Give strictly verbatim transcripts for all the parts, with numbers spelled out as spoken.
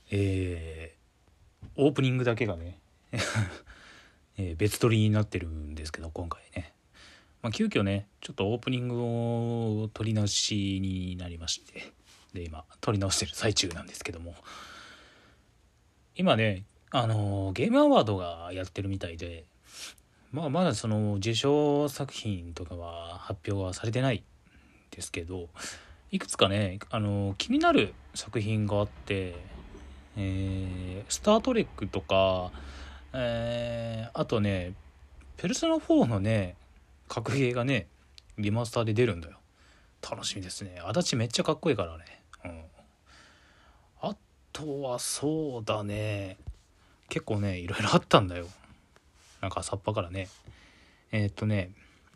えー、オープニングだけがね、えー、別撮りになってるんですけど、今回ね、まあ、急遽ねちょっとオープニングを撮り直しになりまして、で今撮り直してる最中なんですけども、今ねあのー、ゲームアワードがやってるみたいで、まあまだその受賞作品とかは発表はされてないですけど、いくつかねあのー、気になる作品があって、えー、スタートレックとか、えー、あとねペルソナフォーのね格ゲーがねリマスターで出るんだよ。楽しみですね。足立めっちゃかっこいいからね、うん、あとはそうだね、結構ねいろいろあったんだよ。なんかさっぱからねえー、っとね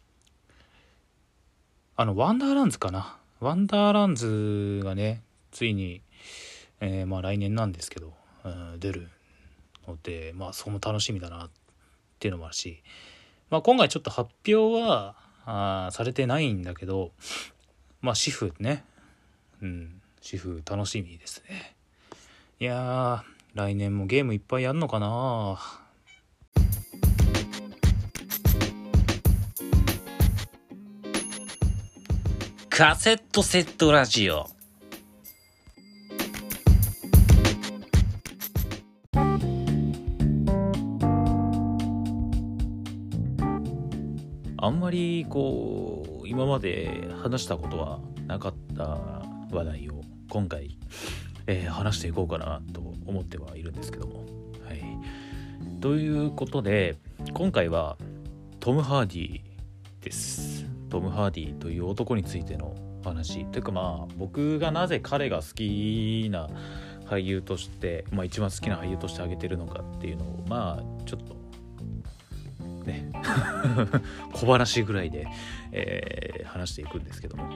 あのワンダーランズかな、ワンダーランズがねついに、えー、まあ来年なんですけど、うん、出るので、まあそこも楽しみだなっていうのもあるし、まあ今回ちょっと発表はあされてないんだけど、まあシフね、うんシフ楽しみですね。いやー来年もゲームいっぱいやんのかな。 カセットセットラジオ。あんまりこう今まで話したことはなかった話題を今回、えー、話していこうかなと思ってはいるんですけども、はい、ということで今回はトム・ハーディです。トム・ハーディという男についての話というか、まあ僕がなぜ彼が好きな俳優として、まあ、一番好きな俳優として挙げてるのかっていうのをまあちょっとね小話ぐらいで、えー、話していくんですけども、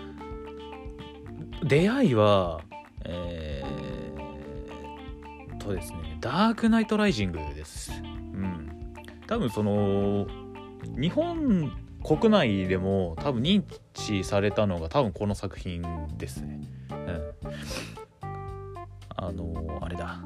出会いはえー、とですねダークナイトライジングです。うん、多分その日本国内でも多分認知されたのが多分この作品ですね。うん、あのあれだ。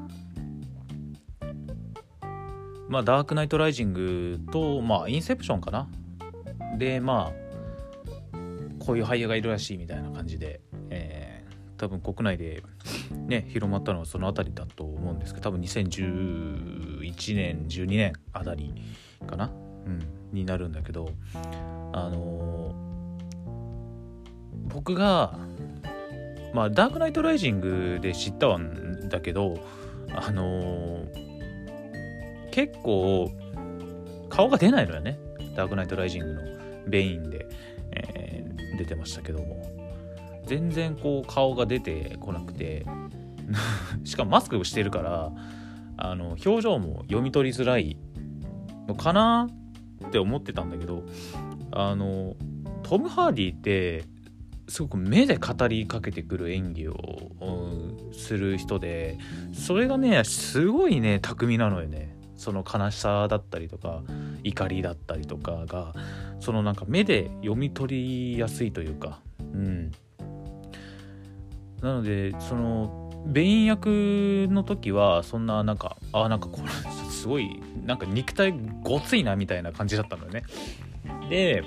まあダークナイトライジングとまあインセプションかな。でまあこういう俳優がいるらしいみたいな感じで、えー、多分国内でね広まったのはそのあたりだと思うんですけど、多分にせんじゅういちねんじゅうにねんあたりかな、うん、になるんだけど、あのー、僕がまあダークナイトライジングで知ったんだけど、あのー、結構顔が出ないのよね。ダークナイトライジングのベインで、えー、出てましたけども、全然こう顔が出てこなくてしかもマスクをしてるからあの表情も読み取りづらいのかなって思ってたんだけど、あのトム・ハーディってすごく目で語りかけてくる演技を、うん、する人で、それがねすごいね巧みなのよね。その悲しさだったりとか怒りだったりとかがそのなんか目で読み取りやすいというか、うん、なのでそのベイン役の時はそんななんかあなんかこれすごいなんか肉体ごついなみたいな感じだったのよね。で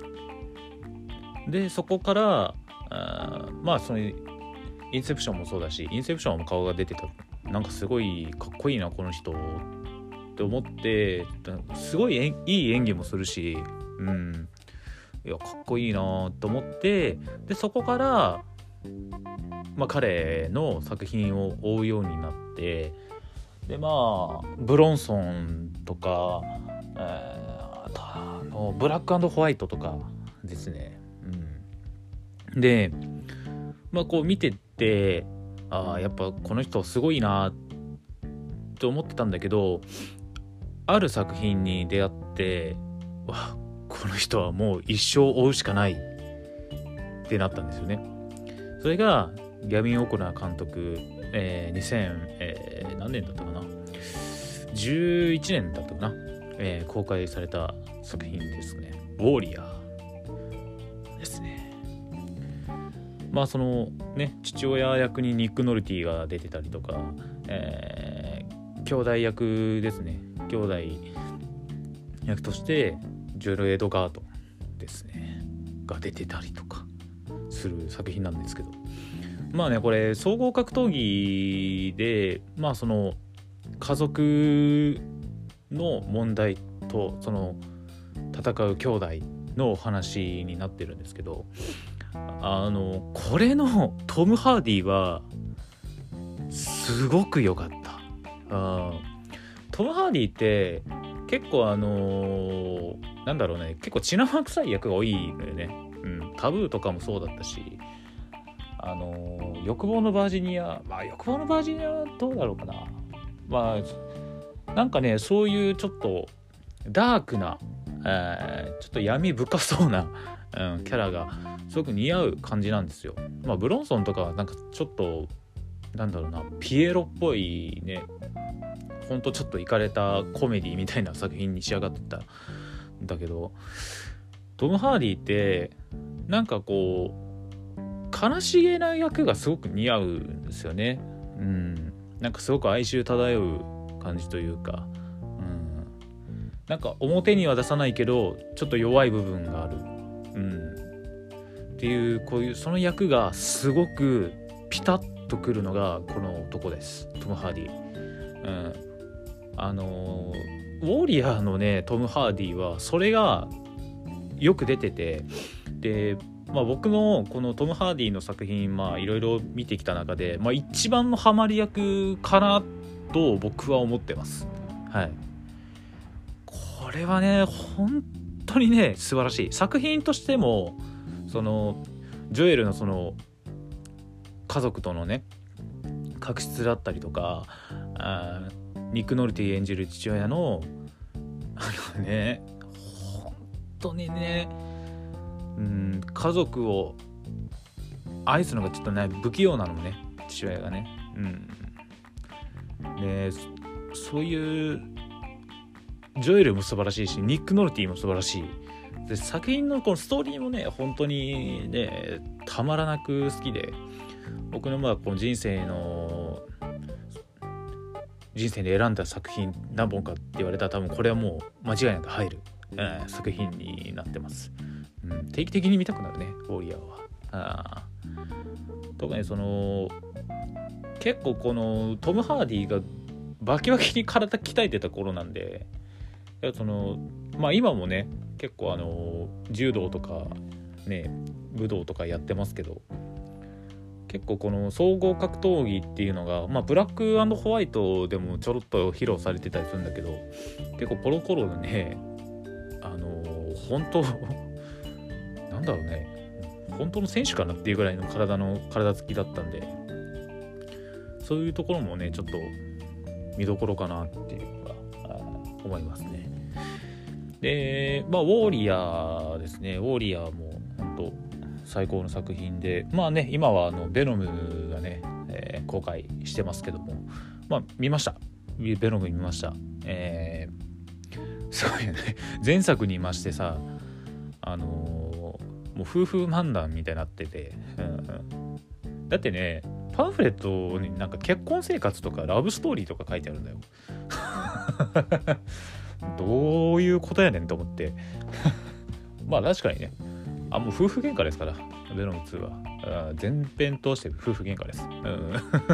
でそこからあまあそのインセプションもそうだし、インセプションも顔が出てた、なんかすごいかっこいいなこの人って思って、すごいいい演技もするし、うんいやかっこいいなと思って、でそこからまあ彼の作品を追うようになって、でまあブロンソンとか、えー、あとあのブラック&ホワイトとかですね、うん、でまあこう見てってあやっぱこの人すごいなと思ってたんだけど、ある作品に出会ってわこの人はもう一生追うしかないってなったんですよね。それがギャビン・オコナー監督、えー、にせん、えー、何年だったかなじゅういちねんだったかな、えー、公開された作品ですね。ウォーリアーですね。 まあそのね父親役にニック・ノルティが出てたりとか、えー、兄弟役ですね兄弟役としてジョエル・エドガートですねが出てたりとかする作品なんですけど、まあねこれ総合格闘技でまあその家族の問題とその戦う兄弟のお話になってるんですけど、あのこれのトム・ハーディはすごく良かった。あトム・ハーディって結構あのー、なんだろうね結構血生臭い役が多いのよね、うん、タブーとかもそうだったし、あのー、欲望のバージニアまあ欲望のバージニアはどうだろうかな、まあなんかねそういうちょっとダークな、えー、ちょっと闇深そうな、うん、キャラがすごく似合う感じなんですよ。まあブロンソンとかはなんかちょっとなんだろうなピエロっぽいねほんとちょっとイカれたコメディみたいな作品に仕上がってたんだけど、トム・ハーディってなんかこう悲しげな役がすごく似合うんですよね。うん、なんかすごく哀愁漂う感じというか、うん、なんか表には出さないけどちょっと弱い部分がある、うん、っていうこういうその役がすごくピタッとくるのがこの男です、トム・ハーディ。うん、あのウォーリアーのねトム・ハーディはそれがよく出てて、で、まあ、僕のこのトム・ハーディの作品まあいろいろ見てきた中で、まあ、一番のハマり役かなと僕は思ってます。はい、これはね本当にね素晴らしい作品としても、そのジョエルのその家族とのね確執だったりとか、あニック・ノルティ演じる父親のあのね本当にね、うん、家族を愛すのがちょっとね不器用なのね父親がね、うん、でそういうジョエルも素晴らしいしニック・ノルティも素晴らしいで、作品のこのストーリーもね本当にねたまらなく好きで、僕のまあこの人生の人生で選んだ作品何本かって言われたら多分これはもう間違いなく入る、えー、作品になってます、うん、定期的に見たくなるねウォーリアーは。あ特にその結構このトム・ハーディがバキバキに体鍛えてた頃なんで、そのまあ今もね結構あの柔道とかね武道とかやってますけど、結構この総合格闘技っていうのが、まあ、ブラック&ホワイトでもちょろっと披露されてたりするんだけど、結構ポロコロでねあの本当なんだろうね本当の選手かなっていうぐらいの体の体つきだったんで、そういうところもねちょっと見どころかなっていうのが思いますね。で、まあウォーリアーですね。ウォーリアーも本当最高の作品で、まあね今はあのベノムがね、えー、公開してますけども、まあ見ました。ベノム見ました。えー、すごいよね。前作にいましてさ、あのー、もう夫婦漫談みたいになってて、うん、だってねパンフレットになんか結婚生活とかラブストーリーとか書いてあるんだよ。どういうことやねんと思ってまあ確かにね、あもう夫婦喧嘩ですからベノムツーは全編通して夫婦喧嘩です、うん、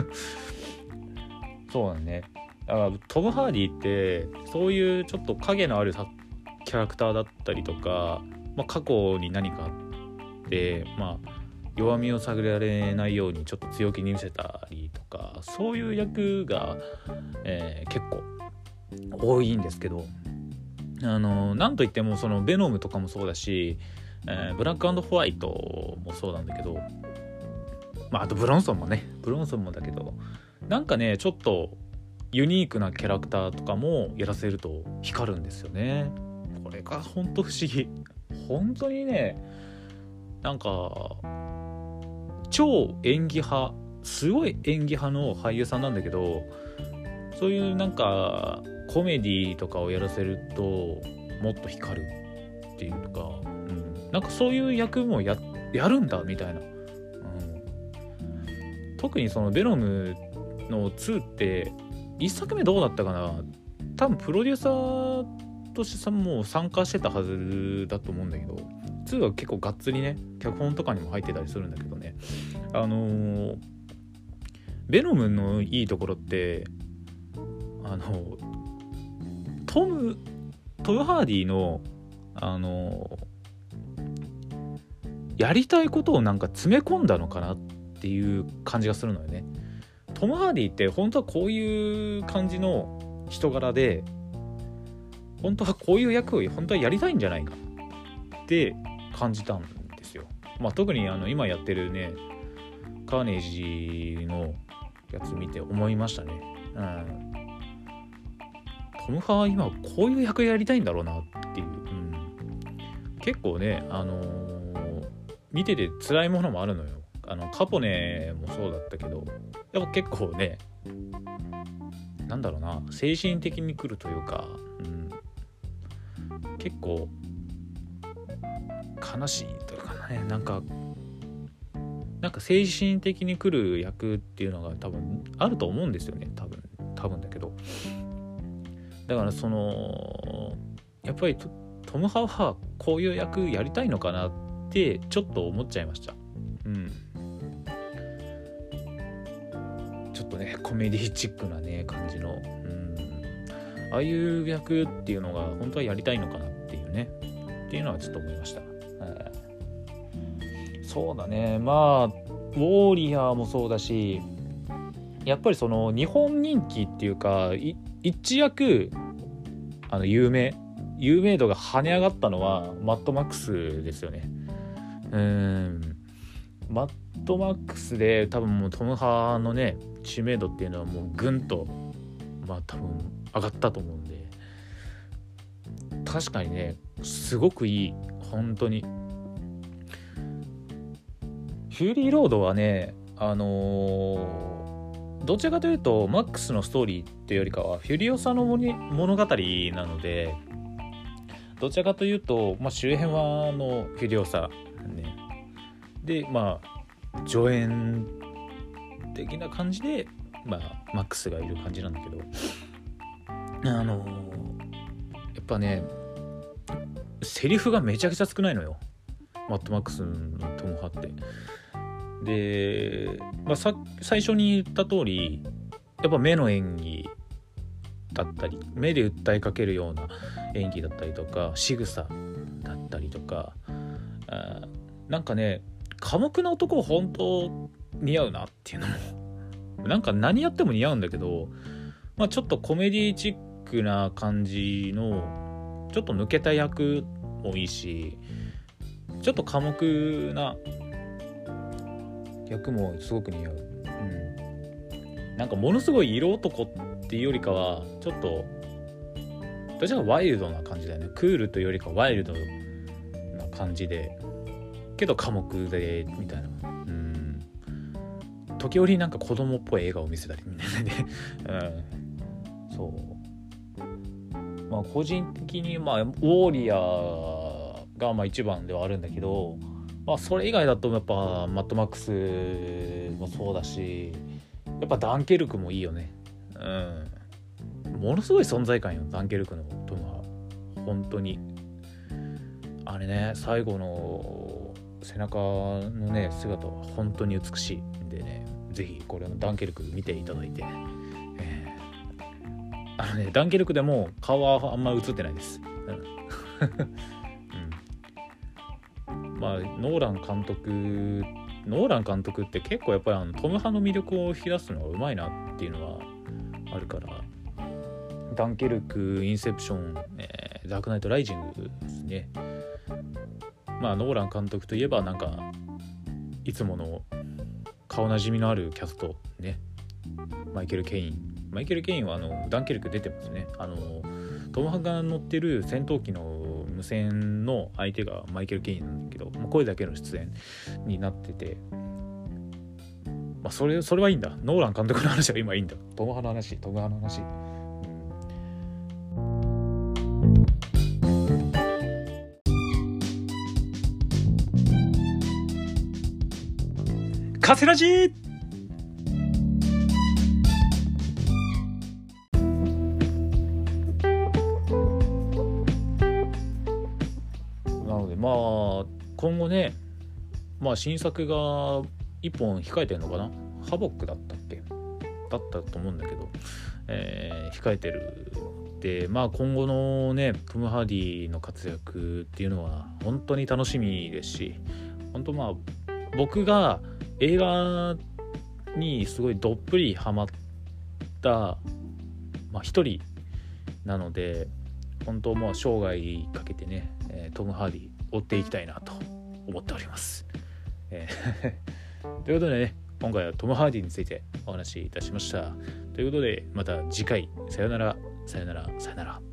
そうなんね。だからトム・ハーディってそういうちょっと影のあるキャラクターだったりとか、まあ、過去に何かあってまあ弱みを探られないようにちょっと強気に見せたりとか、そういう役が、えー、結構多いんですけど、あのなんといってもそのベノムとかもそうだし、えー、ブラック&ホワイトもそうなんだけど、まああとブロンソンもねブロンソンもだけど、なんかねちょっとユニークなキャラクターとかもやらせると光るんですよね。これがほんと不思議。本当にねなんか超演技派すごい演技派の俳優さんなんだけど、そういうなんかコメディとかをやらせるともっと光るっていうか、うん、なんかそういう役も や, やるんだみたいな、うん、 特にそのベノムのツーっていっさくめどうだったかな、多分プロデューサーとしてさもう参加してたはずだと思うんだけど、ツーは結構がっつりね脚本とかにも入ってたりするんだけどね、あのー、ベノムのいいところってあのトムトム・ハーディのあのやりたいことをなんか詰め込んだのかなっていう感じがするのよね。トム・ハーディって本当はこういう感じの人柄で、本当はこういう役を本当はやりたいんじゃないかって感じたんですよ。まあ特にあの今やってるねカーネージのやつ見て思いましたね。うん、トム・ハー今こういう役やりたいんだろうなっていう、うん、結構ねあのー、見てて辛いものもあるのよ。あのカポネもそうだったけど、やっぱ結構ねなんだろうな精神的に来るというか、うん、結構悲しいというかね、なんかなんか精神的に来る役っていうのが多分あると思うんですよね、多分多分だけど、だからそのやっぱり ト, トム・ハーはこういう役やりたいのかなってちょっと思っちゃいました。うん。ちょっとねコメディチックなね感じの、うん、ああいう役っていうのが本当はやりたいのかなっていうねっていうのはちょっと思いました。そうだね、まあウォーリアーもそうだし、やっぱりその日本人気っていうか一躍あの有名有名度が跳ね上がったのはマッドマックスですよね。うーんマッドマックスで多分もうトム・ハーのね知名度っていうのはもうぐんとまあ多分上がったと思うんで、確かにねすごくいい本当に。フューリーロードはねあのー、どちらかというとマックスのストーリーっていうよりかはフュリオサの物語なので、どちらかというと、まあ、周辺はのフュリオサ、ね、でまあ助演的な感じで、まあ、マックスがいる感じなんだけど、あのー、やっぱねセリフがめちゃくちゃ少ないのよマッドマックスのトム・ハって。で、まあ、さ最初に言った通りやっぱ目の演技だったり目で訴えかけるような演技だったりとか仕草だったりとか、あなんかね寡黙な男本当似合うなっていうのもなんか何やっても似合うんだけど、まあ、ちょっとコメディチックな感じのちょっと抜けた役もいいし、ちょっと寡黙な役もすごく似合う、うん、なんかものすごい色男っていうよりかはちょっとどちらかワイルドな感じだよね。クールというよりかワイルドな感じでけど寡黙でみたいな、うん、時折なんか子供っぽい笑顔を見せたりみたいなね、うん、そうまあ個人的にまあウォーリアーがまあ一番ではあるんだけど、まあそれ以外だとやっぱマッドマックスもそうだし、やっぱダンケルクもいいよね。うん。ものすごい存在感よダンケルクのトムは本当に。あれね最後の背中のね姿は本当に美しいんでね、ぜひこれのダンケルク見ていただいて、えー、あのねダンケルクでも顔はあんま映ってないです。うんまあ、ノーラン監督ノーラン監督って結構やっぱりあのトム派の魅力を引き出すのがうまいなっていうのはあるから、ダンケルク、インセプション、えー、ダークナイトライジングですね。まあノーラン監督といえばなんかいつもの顔なじみのあるキャストね、マイケル・ケインマイケル・ケインはあのダンケルク出てますね。あのトム派が乗ってる戦闘機の無線の相手がマイケル・ケインなんだけど、まあ、声だけの出演になってて、まあ、それそれはいいんだ。ノーラン監督の話は今いいんだ。トム派の話トム派の話、うん、カセラジー今後ね、まあ新作がいっぽん控えてるのかな、ハボックだったっけだったと思うんだけど、えー、控えてるで、まあ今後のねトム・ハーディの活躍っていうのは本当に楽しみですし、本当まあ僕が映画にすごいどっぷりハマったまあ一人なので、本当もう生涯かけてね、えー、トム・ハーディ追っていきたいなと思っております、えー、ということでね、今回はトム・ハーディについてお話しいたしました。ということでまた次回、さよならさよならさよなら。